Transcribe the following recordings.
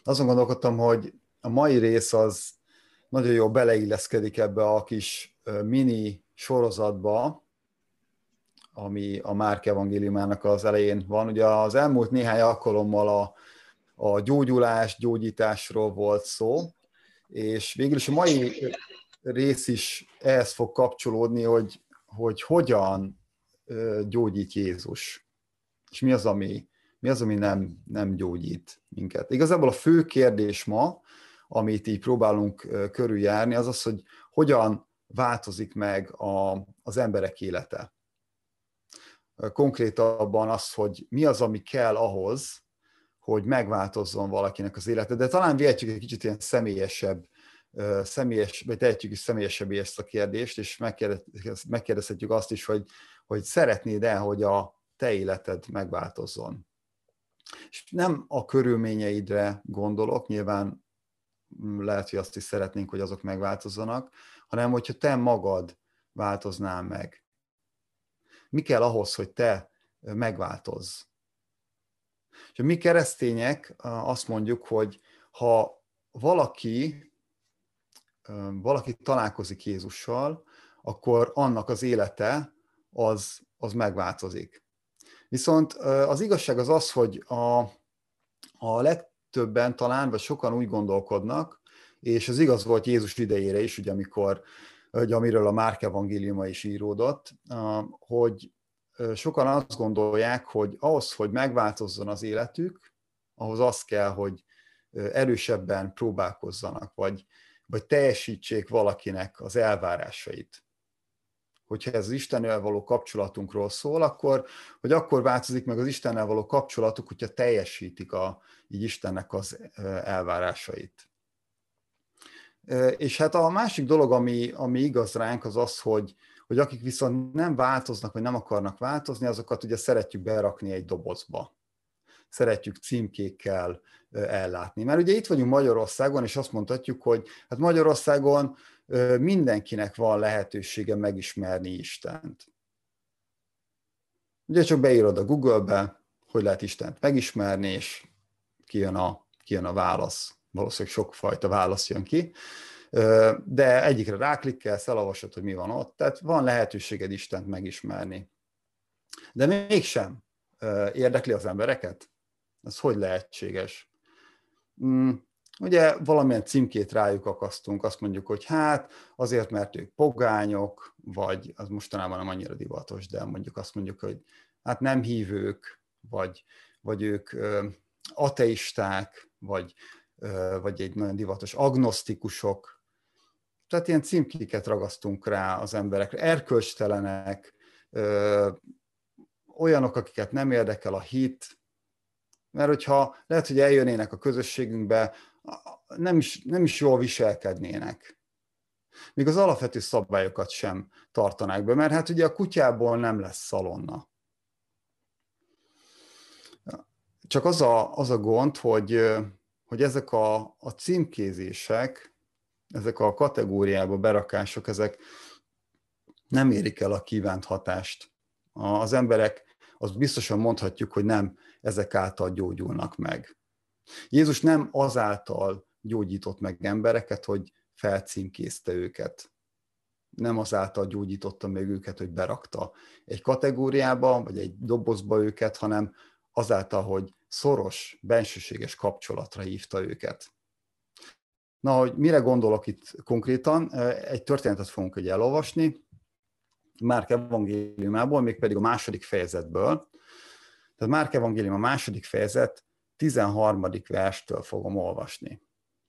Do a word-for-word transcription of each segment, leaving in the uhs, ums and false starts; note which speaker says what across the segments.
Speaker 1: azon gondolkodtam, hogy a mai rész az nagyon jól beleilleszkedik ebbe a kis mini sorozatba, ami a Márk evangéliumának az elején van. Ugye az elmúlt néhány alkalommal a, a gyógyulás, gyógyításról volt szó, és végül is a mai rész is ehhez fog kapcsolódni, hogy, hogy hogyan gyógyít Jézus, és mi az, ami, mi az, ami nem, nem gyógyít minket. Igazából a fő kérdés ma, amit így próbálunk körüljárni, az az, hogy hogyan változik meg a, az emberek élete. Konkrétabban az, hogy mi az, ami kell ahhoz, hogy megváltozzon valakinek az élete. De talán vihetjük egy kicsit ilyen személyesebb, személyes, vagy tehetjük is személyesebbé ezt a kérdést, és megkérdezhetjük azt is, hogy, hogy szeretnéd-e, hogy a te életed megváltozzon. És nem a körülményeidre gondolok, nyilván lehet, hogy azt is szeretnénk, hogy azok megváltozzanak, hanem hogyha te magad változnál meg. Mi kell ahhoz, hogy te megváltozz? És mi keresztények azt mondjuk, hogy ha valaki, valaki találkozik Jézussal, akkor annak az élete az, az megváltozik. Viszont az igazság az az, hogy a, a legtöbben talán, vagy sokan úgy gondolkodnak, és az igaz volt Jézus idejére is, ugye, amikor, ugye, amiről a Márk evangéliuma is íródott, hogy sokan azt gondolják, hogy ahhoz, hogy megváltozzon az életük, ahhoz az kell, hogy erősebben próbálkozzanak, vagy, vagy teljesítsék valakinek az elvárásait. Hogyha ez az Istennel való kapcsolatunkról szól, akkor, hogy akkor változik meg az Istennel való kapcsolatuk, hogyha teljesítik a, így Istennek az elvárásait. És hát a másik dolog, ami, ami igaz ránk, az az, hogy, hogy akik viszont nem változnak, vagy nem akarnak változni, azokat ugye szeretjük berakni egy dobozba. Szeretjük címkékkel ellátni. Mert ugye itt vagyunk Magyarországon, és azt mondhatjuk, hogy hát Magyarországon mindenkinek van lehetősége megismerni Istent. Ugye csak beírod a Google-be, hogy lehet Istent megismerni, és kijön a, kijön a válasz. Valószínűleg sokfajta válasz jön ki, de egyikre ráklikkelsz, elolvasod, hogy mi van ott, tehát van lehetőséged Istent megismerni. De mégsem érdekli az embereket? Ez hogy lehetséges? Ugye valamilyen címkét rájuk akasztunk, azt mondjuk, hogy hát azért, mert ők pogányok, vagy az mostanában nem annyira divatos, de mondjuk azt mondjuk, hogy hát nem hívők, vagy, vagy ők ateisták, vagy, vagy egy nagyon divatos agnosztikusok. Tehát ilyen címkéket ragasztunk rá az emberekre. Erkölcstelenek, olyanok, akiket nem érdekel a hit, mert hogyha lehet, hogy eljönnének a közösségünkbe, nem is, nem is jól viselkednének. Még az alapvető szabályokat sem tartanák be, mert hát ugye a kutyából nem lesz szalonna. Csak az a, az a gond, hogy, hogy ezek a, a címkézések, ezek a kategóriába berakások, ezek nem érik el a kívánt hatást. Az emberek, azt biztosan mondhatjuk, hogy nem ezek által gyógyulnak meg. Jézus nem azáltal gyógyított meg embereket, hogy felcímkézte őket. Nem azáltal gyógyította meg őket, hogy berakta egy kategóriába, vagy egy dobozba őket, hanem azáltal, hogy szoros, bensőséges kapcsolatra hívta őket. Na, hogy mire gondolok itt konkrétan, egy történetet fogunk ugye elolvasni, Márk evangéliumából, mégpedig a második fejezetből. Tehát Márk evangélium a második fejezet tizenharmadik verstől fogom olvasni.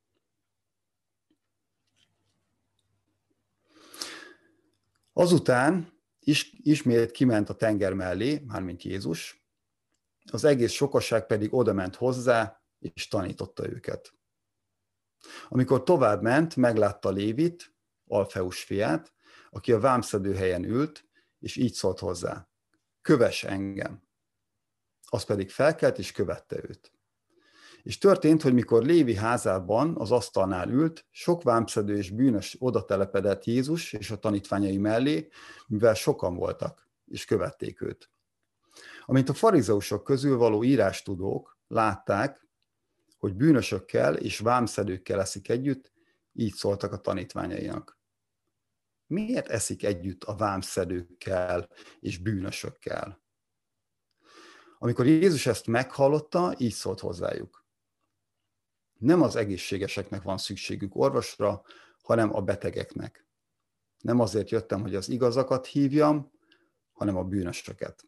Speaker 1: Azután is, ismét kiment a tenger mellé, mármint Jézus, az egész sokaság pedig odament hozzá, és tanította őket. Amikor tovább ment, meglátta Lévit, Alfeus fiát, aki a vámszedőhelyen ült, és így szólt hozzá: kövess engem. Az pedig felkelt, és követte őt. És történt, hogy mikor Lévi házában az asztalnál ült, sok vámszedő és bűnös oda telepedett Jézus és a tanítványai mellé, mivel sokan voltak, és követték őt. Amint a farizeusok közül való írástudók látták, hogy bűnösökkel és vámszedőkkel eszik együtt, így szóltak a tanítványainak. Miért eszik együtt a vámszedőkkel és bűnösökkel? Amikor Jézus ezt meghallotta, így szólt hozzájuk. Nem az egészségeseknek van szükségük orvosra, hanem a betegeknek. Nem azért jöttem, hogy az igazakat hívjam, hanem a bűnösöket.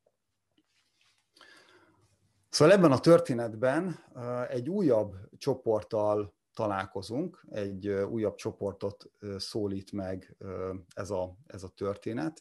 Speaker 1: Szóval ebben a történetben egy újabb csoporttal találkozunk, egy újabb csoportot szólít meg ez a, ez a történet.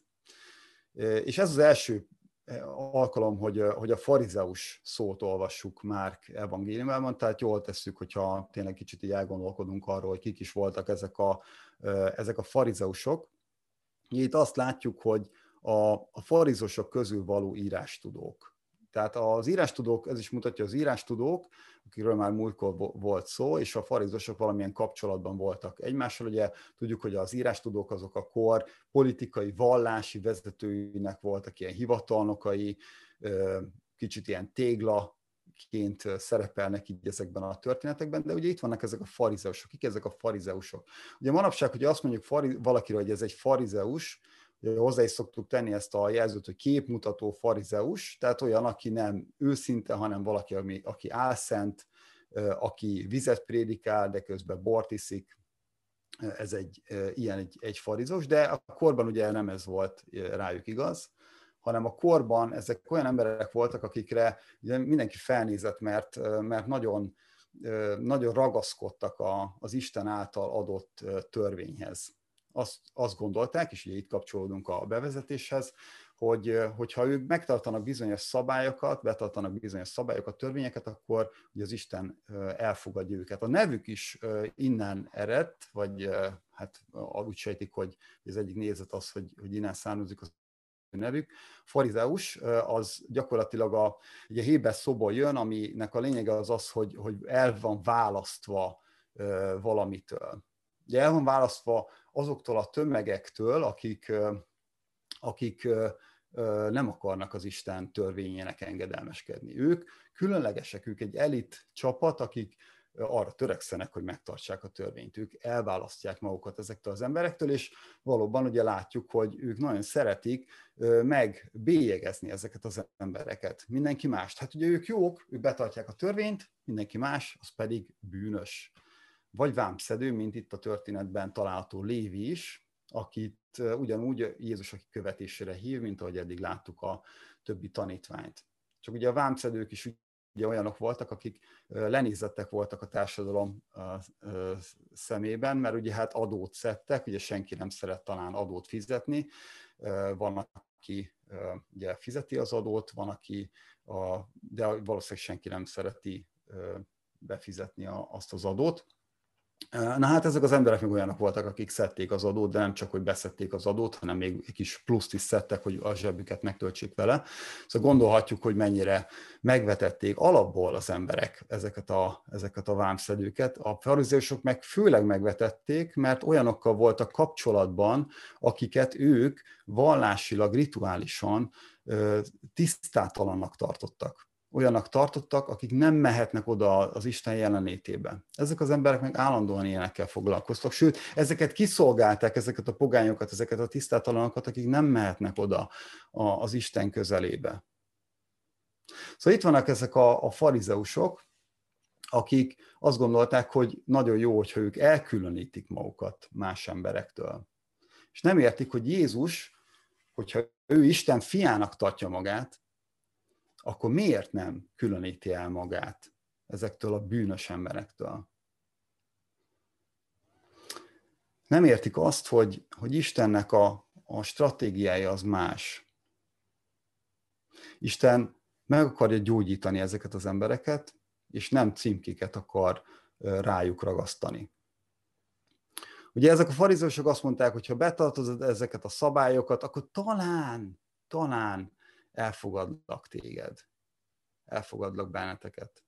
Speaker 1: És ez az első alkalom, hogy, hogy a farizeus szót olvassuk Márk evangéliumában, tehát jól tesszük, hogyha tényleg kicsit így elgondolkodunk arról, hogy kik is voltak ezek a, ezek a farizeusok. Itt azt látjuk, hogy a, a farizeusok közül való írástudók. Tehát az írástudók, ez is mutatja, az írástudók, akikről már múltkor volt szó, és a farizeusok valamilyen kapcsolatban voltak egymással. Ugye tudjuk, hogy az írástudók azok a kor politikai, vallási vezetőinek voltak, ilyen hivatalnokai, kicsit ilyen téglaként szerepelnek így ezekben a történetekben, de ugye itt vannak ezek a farizeusok. Kik ezek a farizeusok? Ugye manapság, hogyha azt mondjuk valakiről, hogy ez egy farizeus, hozzá is szoktuk tenni ezt a jelzőt, hogy képmutató farizeus, tehát olyan, aki nem őszinte, hanem valaki, ami, aki álszent, aki vizet prédikál, de közben bort iszik, ez egy ilyen egy, egy farizeus, de a korban ugye nem ez volt rájuk igaz, hanem a korban ezek olyan emberek voltak, akikre ugye mindenki felnézett, mert, mert nagyon, nagyon ragaszkodtak a, az Isten által adott törvényhez. Azt, azt gondolták, és ugye itt kapcsolódunk a bevezetéshez, hogy hogyha ők megtartanak bizonyos szabályokat, betartanak bizonyos szabályokat, törvényeket, akkor ugye az Isten elfogadja őket. A nevük is innen eredt, vagy hát úgy sejtik, hogy az egyik nézet az, hogy, hogy innen származik az nevük. Farizeus az gyakorlatilag a, ugye a héber szóból jön, aminek a lényege az az, hogy, hogy el van választva valamitől. Ugye el van választva azoktól a tömegektől, akik, akik nem akarnak az Isten törvényének engedelmeskedni. Ők különlegesek, ők egy elit csapat, akik arra törekszenek, hogy megtartsák a törvényt. Ők elválasztják magukat ezektől az emberektől, és valóban ugye látjuk, hogy ők nagyon szeretik megbélyegezni ezeket az embereket. Mindenki mást. Hát ugye ők jók, ők betartják a törvényt, mindenki más, az pedig bűnös. Vagy vámszedő, mint itt a történetben található Lévi is, akit ugyanúgy Jézus aki követésére hív, mint ahogy eddig láttuk a többi tanítványt. Csak ugye a vámszedők is ugye olyanok voltak, akik lenézettek voltak a társadalom szemében, mert ugye hát adót szedtek, ugye senki nem szeret talán adót fizetni, van, aki ugye fizeti az adót, van, aki, a, de valószínűleg senki nem szereti befizetni azt az adót. Na hát ezek az emberek még olyanok voltak, akik szedték az adót, de nem csak, hogy beszedték az adót, hanem még egy kis pluszt is szedtek, hogy a zsebüket megtöltsék vele. Szóval gondolhatjuk, hogy mennyire megvetették alapból az emberek ezeket a, ezeket a vámszedőket. A farizeusok meg főleg megvetették, mert olyanokkal voltak kapcsolatban, akiket ők vallásilag, rituálisan tisztátalannak tartottak. Olyanak tartottak, akik nem mehetnek oda az Isten jelenlétébe. Ezek az emberek meg állandóan ilyenekkel foglalkoztak, sőt, ezeket kiszolgálták, ezeket a pogányokat, ezeket a tisztátalanokat, akik nem mehetnek oda az Isten közelébe. Szóval itt vannak ezek a, a farizeusok, akik azt gondolták, hogy nagyon jó, hogyha ők elkülönítik magukat más emberektől. És nem értik, hogy Jézus, hogyha ő Isten fiának tartja magát, akkor miért nem különíti el magát ezektől a bűnös emberektől? Nem értik azt, hogy, hogy Istennek a, a stratégiája az más. Isten meg akarja gyógyítani ezeket az embereket, és nem címkéket akar rájuk ragasztani. Ugye ezek a farizeusok azt mondták, hogy ha betartod ezeket a szabályokat, akkor talán, talán elfogadlak téged. Elfogadlak benneteket.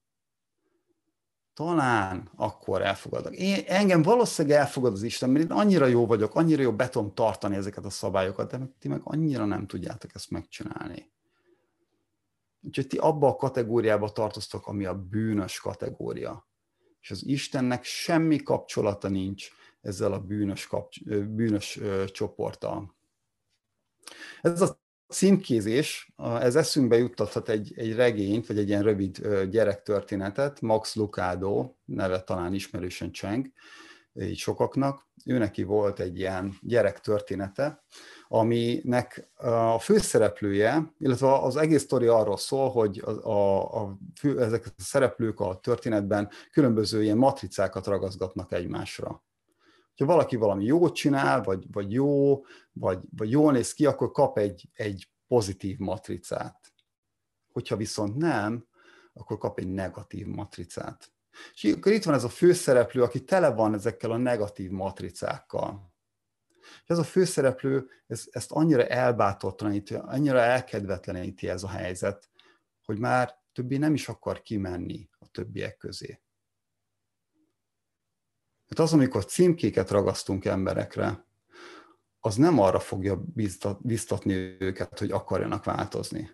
Speaker 1: Talán akkor elfogadlak. Én, engem valószínűleg elfogad az Isten, mert én annyira jó vagyok, annyira jó be tudom tartani ezeket a szabályokat, de ti meg annyira nem tudjátok ezt megcsinálni. Úgyhogy ti abba a kategóriába tartoztok, ami a bűnös kategória. És az Istennek semmi kapcsolata nincs ezzel a bűnös, kapcs- bűnös csoporttal. Ez a címkézés, ez eszünkbe juttathat egy, egy regényt, vagy egy ilyen rövid gyerektörténetet, Max Lucado, neve talán ismerősen cseng, így sokaknak. Ő neki volt egy ilyen gyerektörténete, aminek a főszereplője, illetve az egész sztori arról szól, hogy a, a, a fő, ezek a szereplők a történetben különböző ilyen matricákat ragaszgatnak egymásra. Ha valaki valami jót csinál, vagy, vagy jó, vagy, vagy jól néz ki, akkor kap egy, egy pozitív matricát. Hogyha viszont nem, akkor kap egy negatív matricát. És akkor itt van ez a főszereplő, aki tele van ezekkel a negatív matricákkal. És ez a főszereplő ez, ezt annyira elbátortalaníti, annyira elkedvetleníti ez a helyzet, hogy már többé nem is akar kimenni a többiek közé. Hát az, amikor címkéket ragasztunk emberekre, az nem arra fogja biztatni őket, hogy akarjanak változni.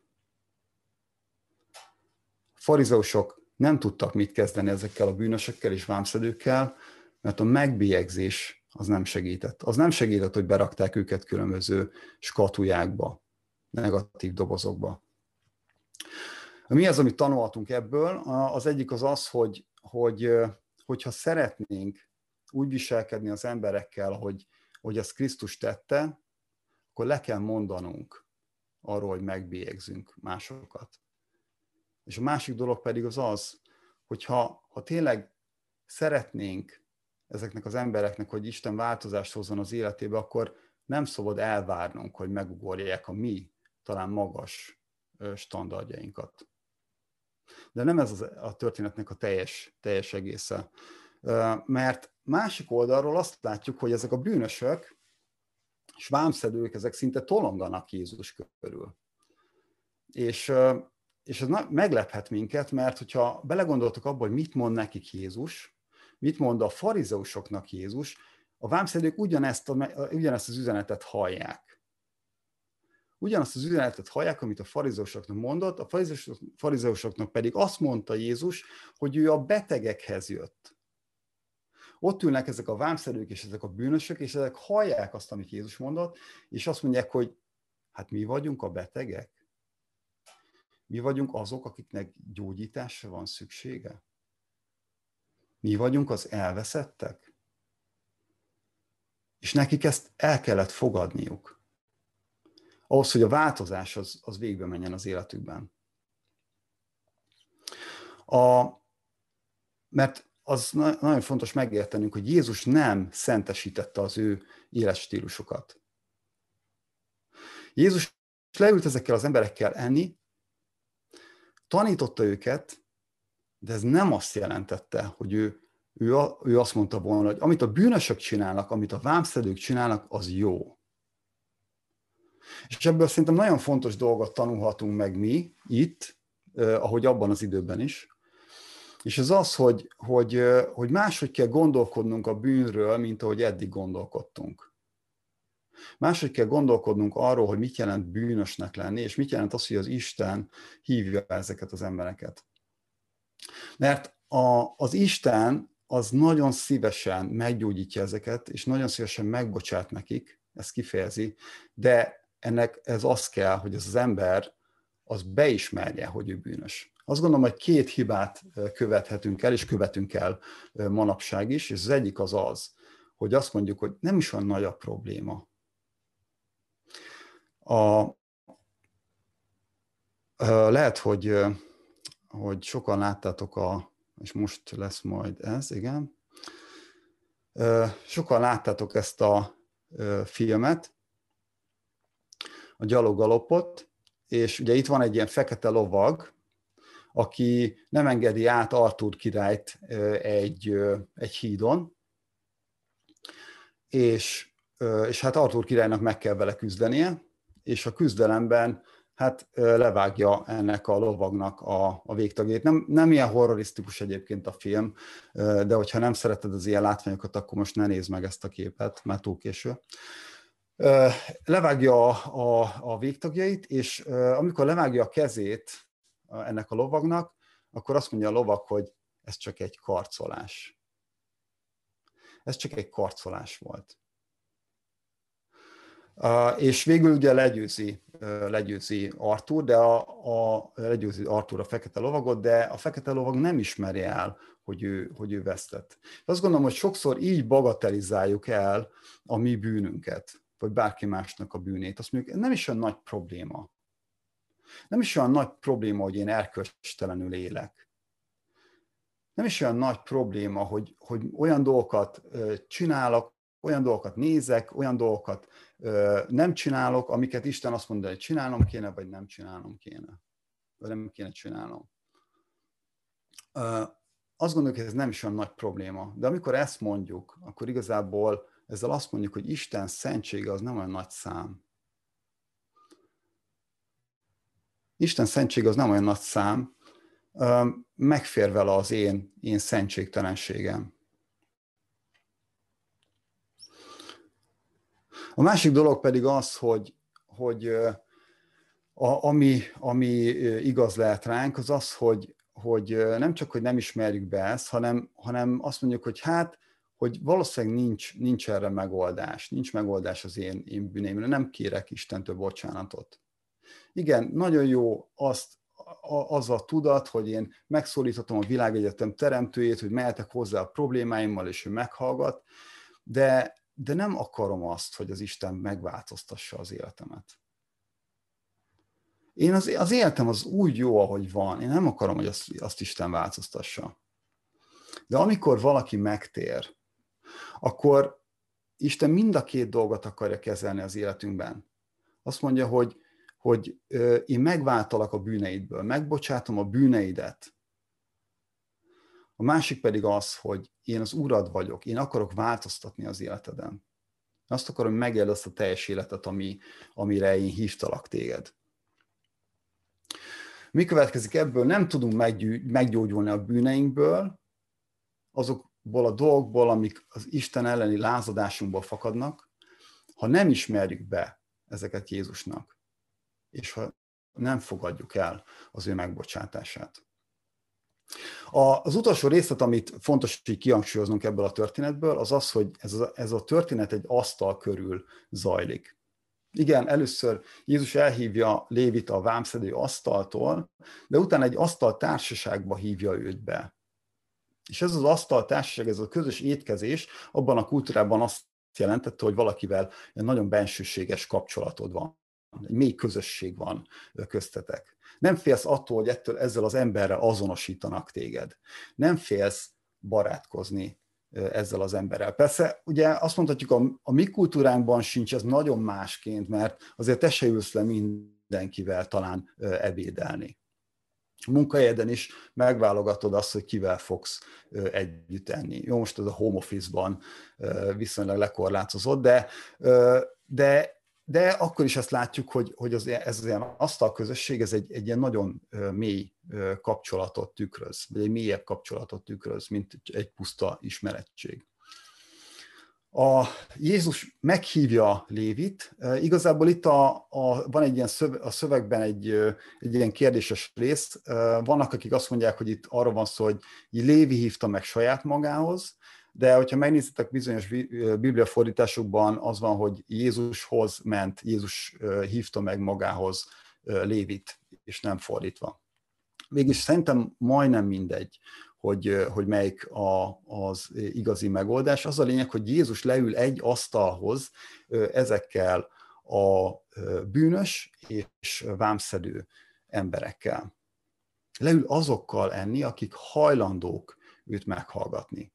Speaker 1: A farizeusok nem tudtak mit kezdeni ezekkel a bűnösökkel és vámszedőkkel, mert a megbélyegzés az nem segített. Az nem segített, hogy berakták őket különböző skatujákba, negatív dobozokba. Mi az, amit tanulhatunk ebből? Az egyik az az, hogy, hogy hogyha szeretnénk úgy viselkedni az emberekkel, hogy, hogy ezt Krisztus tette, akkor le kell mondanunk arról, hogy megbélyegzünk másokat. És a másik dolog pedig az az, hogy ha, ha tényleg szeretnénk ezeknek az embereknek, hogy Isten változást hozzon az életébe, akkor nem szabad elvárnunk, hogy megugorják a mi talán magas standardjainkat. De nem ez a történetnek a teljes, teljes egésze. Mert másik oldalról azt látjuk, hogy ezek a bűnösök és vámszedők, ezek szinte tolonganak Jézus körül. És, és ez meglephet minket, mert hogyha belegondoltok abba, hogy mit mond nekik Jézus, mit mond a farizeusoknak Jézus, a vámszedők ugyanezt, a, ugyanezt az üzenetet hallják. Ugyanazt az üzenetet hallják, amit a farizeusoknak mondott, a farizeusoknak pedig azt mondta Jézus, hogy ő a betegekhez jött. Ott ülnek ezek a vámszedők és ezek a bűnösök, és ezek hallják azt, amit Jézus mondott, és azt mondják, hogy hát mi vagyunk a betegek? Mi vagyunk azok, akiknek gyógyításra van szüksége? Mi vagyunk az elveszettek? És nekik ezt el kellett fogadniuk. Ahhoz, hogy a változás az, az végbe menjen az életükben. A, mert az nagyon fontos megértenünk, hogy Jézus nem szentesítette az ő életstílusukat. Jézus leült ezekkel az emberekkel enni, tanította őket, de ez nem azt jelentette, hogy ő, ő, ő azt mondta volna, hogy amit a bűnösök csinálnak, amit a vámszedők csinálnak, az jó. És ebből szerintem nagyon fontos dolgot tanulhatunk meg mi itt, eh, ahogy abban az időben is. És ez az, hogy, hogy, hogy máshogy kell gondolkodnunk a bűnről, mint ahogy eddig gondolkodtunk. Máshogy kell gondolkodnunk arról, hogy mit jelent bűnösnek lenni, és mit jelent az, hogy az Isten hívja ezeket az embereket. Mert a, az Isten az nagyon szívesen meggyógyítja ezeket, és nagyon szívesen megbocsát nekik, ezt kifejezi, de ennek ez az kell, hogy ez az ember az beismerje, hogy ő bűnös. Azt gondolom, hogy két hibát követhetünk el, és követünk el manapság is, és az egyik az az, hogy azt mondjuk, hogy nem is olyan nagy a probléma. A, lehet, hogy, hogy sokan láttátok, a, és most lesz majd ez, igen. Sokan láttátok ezt a filmet, a Gyalogalopot, és ugye itt van egy ilyen fekete lovag, aki nem engedi át Artúr királyt egy, egy hídon, és, és hát Artúr királynak meg kell vele küzdenie, és a küzdelemben hát levágja ennek a lovagnak a, a végtagjait. Nem, nem ilyen horrorisztikus egyébként a film, de hogyha nem szereted az ilyen látványokat, akkor most ne nézd meg ezt a képet, már túl késő. Levágja a, a, a végtagjait, és amikor levágja a kezét ennek a lovagnak, akkor azt mondja a lovag, hogy ez csak egy karcolás. Ez csak egy karcolás volt. Uh, és végül ugye legyőzi, uh, legyőzi Artúr, de a, a, legyőzi Artúr a fekete lovagot, de a fekete lovag nem ismeri el, hogy ő, hogy ő vesztett. Azt gondolom, hogy sokszor így bagatelizáljuk el a mi bűnünket, vagy bárki másnak a bűnét. Azt mondjuk, nem is olyan nagy probléma. Nem is olyan nagy probléma, hogy én erkölcstelenül élek. Nem is olyan nagy probléma, hogy, hogy olyan dolgokat csinálok, olyan dolgokat nézek, olyan dolgokat nem csinálok, amiket Isten azt mondja, hogy csinálnom kéne, vagy nem csinálnom kéne. Vagy nem kéne csinálnom. Azt gondoljuk, hogy ez nem is olyan nagy probléma. De amikor ezt mondjuk, akkor igazából ezzel azt mondjuk, hogy Isten szentsége az nem olyan nagy szám. Isten szentsége az nem olyan nagy szám, megfér vele az én, én szentségtelenségem. A másik dolog pedig az, hogy, hogy a, ami, ami igaz lehet ránk, az az, hogy, hogy nem csak, hogy nem ismerjük be ezt, hanem, hanem azt mondjuk, hogy hát, hogy valószínűleg nincs, nincs erre megoldás, nincs megoldás az én, én bűneimre, nem kérek Istentől bocsánatot. Igen, nagyon jó azt, az a tudat, hogy én megszólíthatom a világegyetem teremtőjét, hogy mehetek hozzá a problémáimmal, és ő meghallgat, de, de nem akarom azt, hogy az Isten megváltoztassa az életemet. Én az, az életem az úgy jó, ahogy van. Én nem akarom, hogy azt, azt Isten változtassa. De amikor valaki megtér, akkor Isten mind a két dolgot akarja kezelni az életünkben. Azt mondja, hogy hogy én megváltalak a bűneidből, megbocsátom a bűneidet. A másik pedig az, hogy én az Urad vagyok, én akarok változtatni az életeden. Azt akarom, hogy megéld azt a teljes életet, ami, amire én hívtalak téged. Mi következik ebből? Nem tudunk meggyógyulni a bűneinkből, azokból a dolgokból, amik az Isten elleni lázadásunkból fakadnak, ha nem ismerjük be ezeket Jézusnak, és ha nem fogadjuk el az ő megbocsátását. Az utolsó részlet, amit fontos így kihangsúlyoznunk ebből a történetből, az az, hogy ez a, ez a történet egy asztal körül zajlik. Igen, először Jézus elhívja Lévit a vámszedő asztaltól, de utána egy asztal társaságba hívja őt be. És ez az asztal társaság, ez a közös étkezés abban a kultúrában azt jelentette, hogy valakivel nagyon bensőséges kapcsolatod van. Egy mély közösség van köztetek. Nem félsz attól, hogy ettől, ezzel az emberrel azonosítanak téged. Nem félsz barátkozni ezzel az emberrel. Persze, ugye azt mondhatjuk, a, a mi kultúránkban sincs ez nagyon másként, mert azért te se ülsz le mindenkivel talán ebédelni. A munkahelyeden is megválogatod azt, hogy kivel fogsz együtt enni. Jó, most ez a home office-ban viszonylag lekorlátozott, de, de De akkor is ezt látjuk, hogy, hogy az, ez az ilyen asztalközösség, ez egy, egy ilyen nagyon mély kapcsolatot tükröz, vagy egy mélyebb kapcsolatot tükröz, mint egy puszta ismerettség. A Jézus meghívja Lévit, igazából itt a, a, van egy ilyen szöv, a szövegben egy, egy ilyen kérdéses rész, vannak, akik azt mondják, hogy itt arra van szó, hogy Lévi hívta meg saját magához, de hogyha megnézitek bizonyos bibliafordításokban, az van, hogy Jézushoz ment, Jézus hívta meg magához Lévit, és nem fordítva. Mégis szerintem majdnem mindegy, hogy, hogy melyik a, az igazi megoldás. Az a lényeg, hogy Jézus leül egy asztalhoz ezekkel a bűnös és vámszedő emberekkel. Leül azokkal enni, akik hajlandók őt meghallgatni.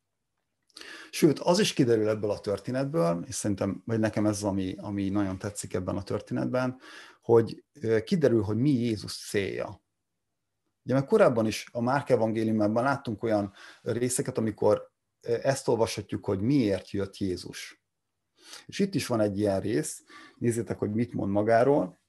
Speaker 1: Sőt, az is kiderül ebből a történetből, és szerintem, vagy nekem ez az, ami, ami nagyon tetszik ebben a történetben, hogy kiderül, hogy mi Jézus célja. Ugye, mert korábban is a Márk evangéliumában láttunk olyan részeket, amikor ezt olvashatjuk, hogy miért jött Jézus. És itt is van egy ilyen rész, nézzétek, hogy mit mond magáról.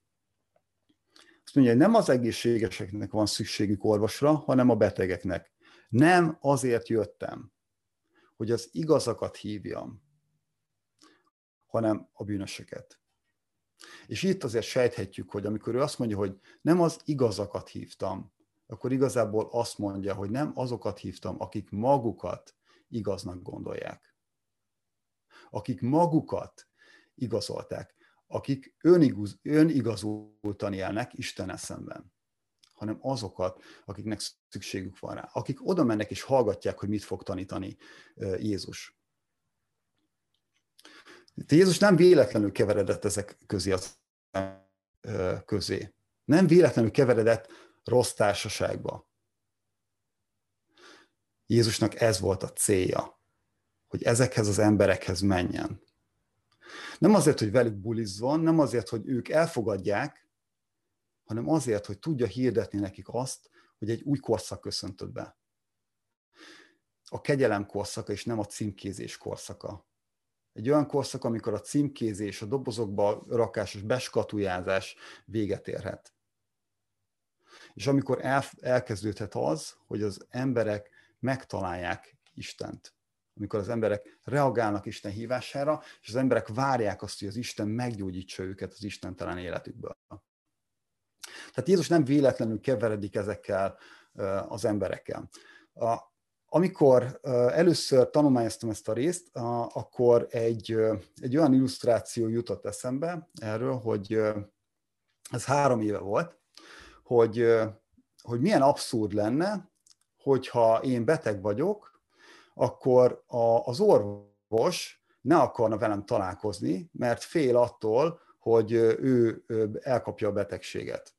Speaker 1: Azt mondja, hogy nem az egészségeseknek van szükségük orvosra, hanem a betegeknek. Nem azért jöttem, hogy az igazakat hívjam, hanem a bűnösöket. És itt azért sejthetjük, hogy amikor ő azt mondja, hogy nem az igazakat hívtam, akkor igazából azt mondja, hogy nem azokat hívtam, akik magukat igaznak gondolják. Akik magukat igazolták, akik önigaz, önigazoltan élnek Istennel szemben, hanem azokat, akiknek szükségük van rá, akik oda mennek és hallgatják, hogy mit fog tanítani Jézus. Jézus nem véletlenül keveredett ezek közé, az közé. Nem véletlenül keveredett rossz társaságba. Jézusnak ez volt a célja, hogy ezekhez az emberekhez menjen. Nem azért, hogy velük bulizzon, nem azért, hogy ők elfogadják, hanem azért, hogy tudja hirdetni nekik azt, hogy egy új korszak köszöntött be. A kegyelem korszaka, és nem a címkézés korszaka. Egy olyan korszak, amikor a címkézés, a dobozokba rakásos beskatujázás véget érhet. És amikor el, elkezdődhet az, hogy az emberek megtalálják Istent. Amikor az emberek reagálnak Isten hívására, és az emberek várják azt, hogy az Isten meggyógyítsa őket az istentelen életükből. Tehát Jézus nem véletlenül keveredik ezekkel az emberekkel. Amikor először tanulmányoztam ezt a részt, akkor egy, egy olyan illusztráció jutott eszembe erről, hogy ez három éve volt, hogy, hogy milyen abszurd lenne, hogyha én beteg vagyok, akkor a, az orvos ne akarna velem találkozni, mert fél attól, hogy ő elkapja a betegséget.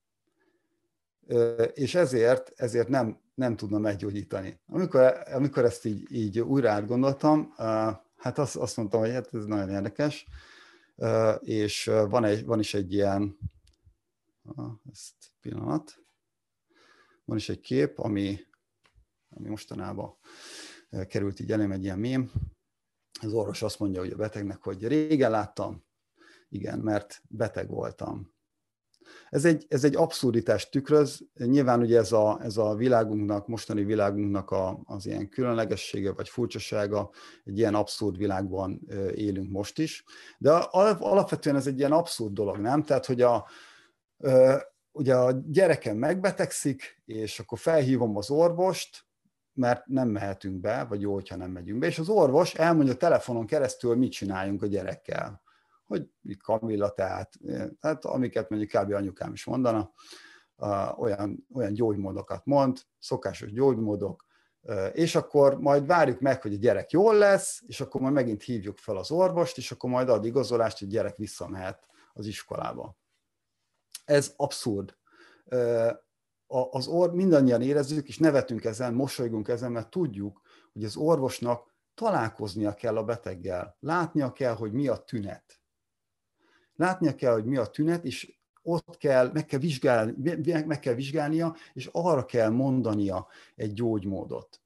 Speaker 1: És ezért, ezért nem, nem tudna meggyógyítani. Amikor, amikor ezt így, így újra átgondoltam, hát azt, azt mondtam, hogy hát ez nagyon érdekes, és van, egy, van is egy ilyen, ezt pillanat, van is egy kép, ami, ami mostanában került így elém, egy ilyen mém. Az orvos azt mondja, hogy a betegnek, hogy régen láttam, igen, mert beteg voltam. Ez egy, ez egy abszurditást tükröz. Nyilván ugye ez a, ez a világunknak, mostani világunknak a, az ilyen különlegessége vagy furcsasága, egy ilyen abszurd világban élünk most is. De alapvetően ez egy ilyen abszurd dolog, nem? Tehát, hogy a, ugye a gyerekem megbetegszik, és akkor felhívom az orvost, mert nem mehetünk be, vagy jó, hogyha nem megyünk be, és az orvos elmondja telefonon keresztül, mit csináljunk a gyerekkel. Hogy Kamilla, tehát, tehát amiket mondjuk kb. Anyukám is mondana, olyan, olyan gyógymódokat mond, szokásos gyógymódok, és akkor majd várjuk meg, hogy a gyerek jól lesz, és akkor majd megint hívjuk fel az orvost, és akkor majd ad igazolást, hogy a gyerek visszamehet az iskolába. Ez abszurd. Az or, mindannyian érezzük, és nevetünk ezen, mosolygunk ezen, mert tudjuk, hogy az orvosnak találkoznia kell a beteggel, látnia kell, hogy mi a tünet. Látnia kell, hogy mi a tünet, és ott kell, meg kell, vizsgálni, meg kell vizsgálnia, és arra kell mondania egy gyógymódot.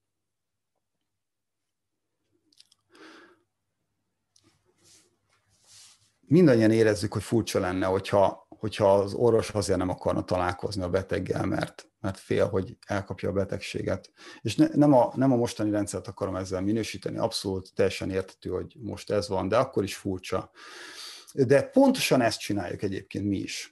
Speaker 1: Mindannyian érezzük, hogy furcsa lenne, hogyha, hogyha az orvos azért nem akarna találkozni a beteggel, mert, mert fél, hogy elkapja a betegséget. És ne, nem, a, nem a mostani rendszert akarom ezzel minősíteni, abszolút teljesen érthető, hogy most ez van, de akkor is furcsa. De pontosan ezt csináljuk egyébként mi is.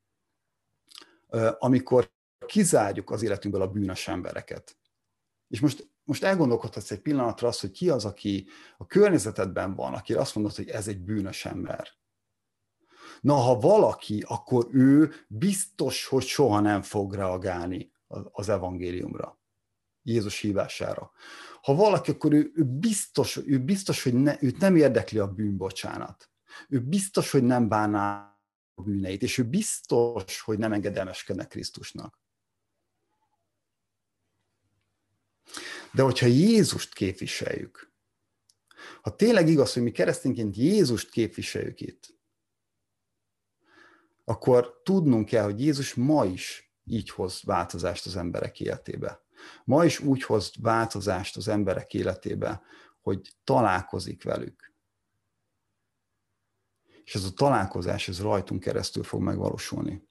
Speaker 1: Amikor kizárjuk az életünkből a bűnös embereket. És most, most elgondolkodhatsz egy pillanatra azt, hogy ki az, aki a környezetedben van, aki azt mondod, hogy ez egy bűnös ember. Na, ha valaki, akkor ő biztos, hogy soha nem fog reagálni az evangéliumra, Jézus hívására. Ha valaki, akkor ő, ő, biztos, ő biztos, hogy ne, őt nem érdekli a bűnbocsánat. Ő biztos, hogy nem bánná a bűneit, és ő biztos, hogy nem engedelmeskednek Krisztusnak. De hogyha Jézust képviseljük, ha tényleg igaz, hogy mi keresztényként Jézust képviseljük itt, akkor tudnunk kell, hogy Jézus ma is így hoz változást az emberek életébe. Ma is úgy hoz változást az emberek életébe, hogy találkozik velük. És ez a találkozás, ez rajtunk keresztül fog megvalósulni.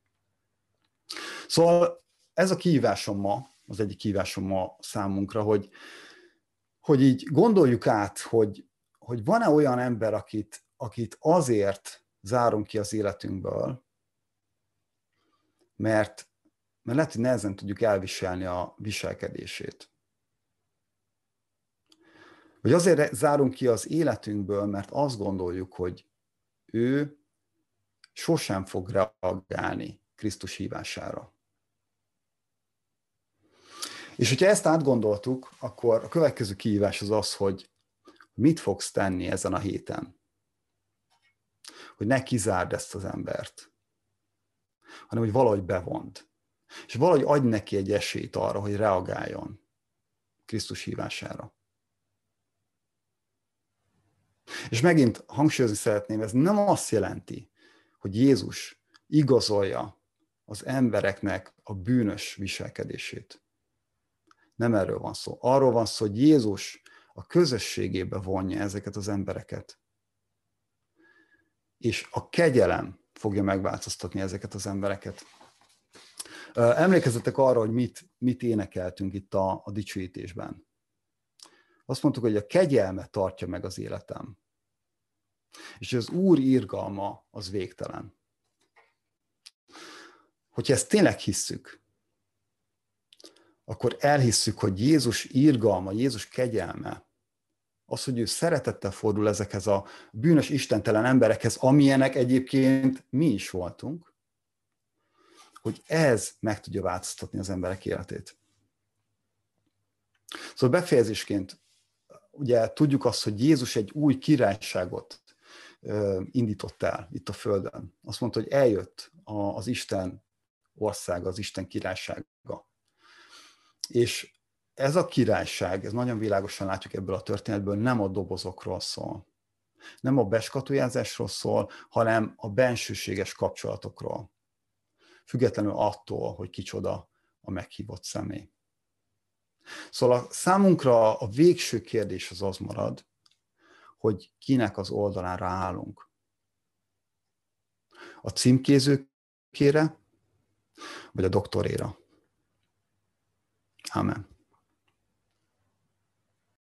Speaker 1: Szóval ez a kihívásom ma, az egyik kihívásom ma számunkra, hogy, hogy így gondoljuk át, hogy, hogy van-e olyan ember, akit, akit azért zárunk ki az életünkből, mert, mert lehet, hogy nehezen tudjuk elviselni a viselkedését. Vagy azért zárunk ki az életünkből, mert azt gondoljuk, hogy ő sosem fog reagálni Krisztus hívására. És hogyha ezt átgondoltuk, akkor a következő kihívás az az, hogy mit fogsz tenni ezen a héten. Hogy ne kizárd ezt az embert, hanem hogy valahogy bevond. És valahogy adj neki egy esélyt arra, hogy reagáljon Krisztus hívására. És megint hangsúlyozni szeretném, ez nem azt jelenti, hogy Jézus igazolja az embereknek a bűnös viselkedését. Nem erről van szó. Arról van szó, hogy Jézus a közösségébe vonja ezeket az embereket. És a kegyelem fogja megváltoztatni ezeket az embereket. Emlékezzetek arra, hogy mit, mit énekeltünk itt a, a dicsőítésben. Azt mondtuk, hogy a kegyelme tartja meg az életem. És az Úr irgalma az végtelen. Hogyha ezt tényleg hisszük, akkor elhisszük, hogy Jézus irgalma, Jézus kegyelme, az, hogy ő szeretettel fordul ezekhez a bűnös, istentelen emberekhez, amilyenek egyébként mi is voltunk, hogy ez meg tudja változtatni az emberek életét. Szóval befejezésként ugye tudjuk azt, hogy Jézus egy új királyságot indított el itt a Földön. Azt mondta, hogy eljött az Isten országa, az Isten királysága. És ez a királyság, ez nagyon világosan látjuk ebből a történetből, nem a dobozokról szól. Nem a beskatujázásról szól, hanem a bensőséges kapcsolatokról. Függetlenül attól, hogy kicsoda a meghívott személy. Szóval a számunkra a végső kérdés az az marad, hogy kinek az oldalára állunk. A címkézőkére, vagy a doktoréra. Amen.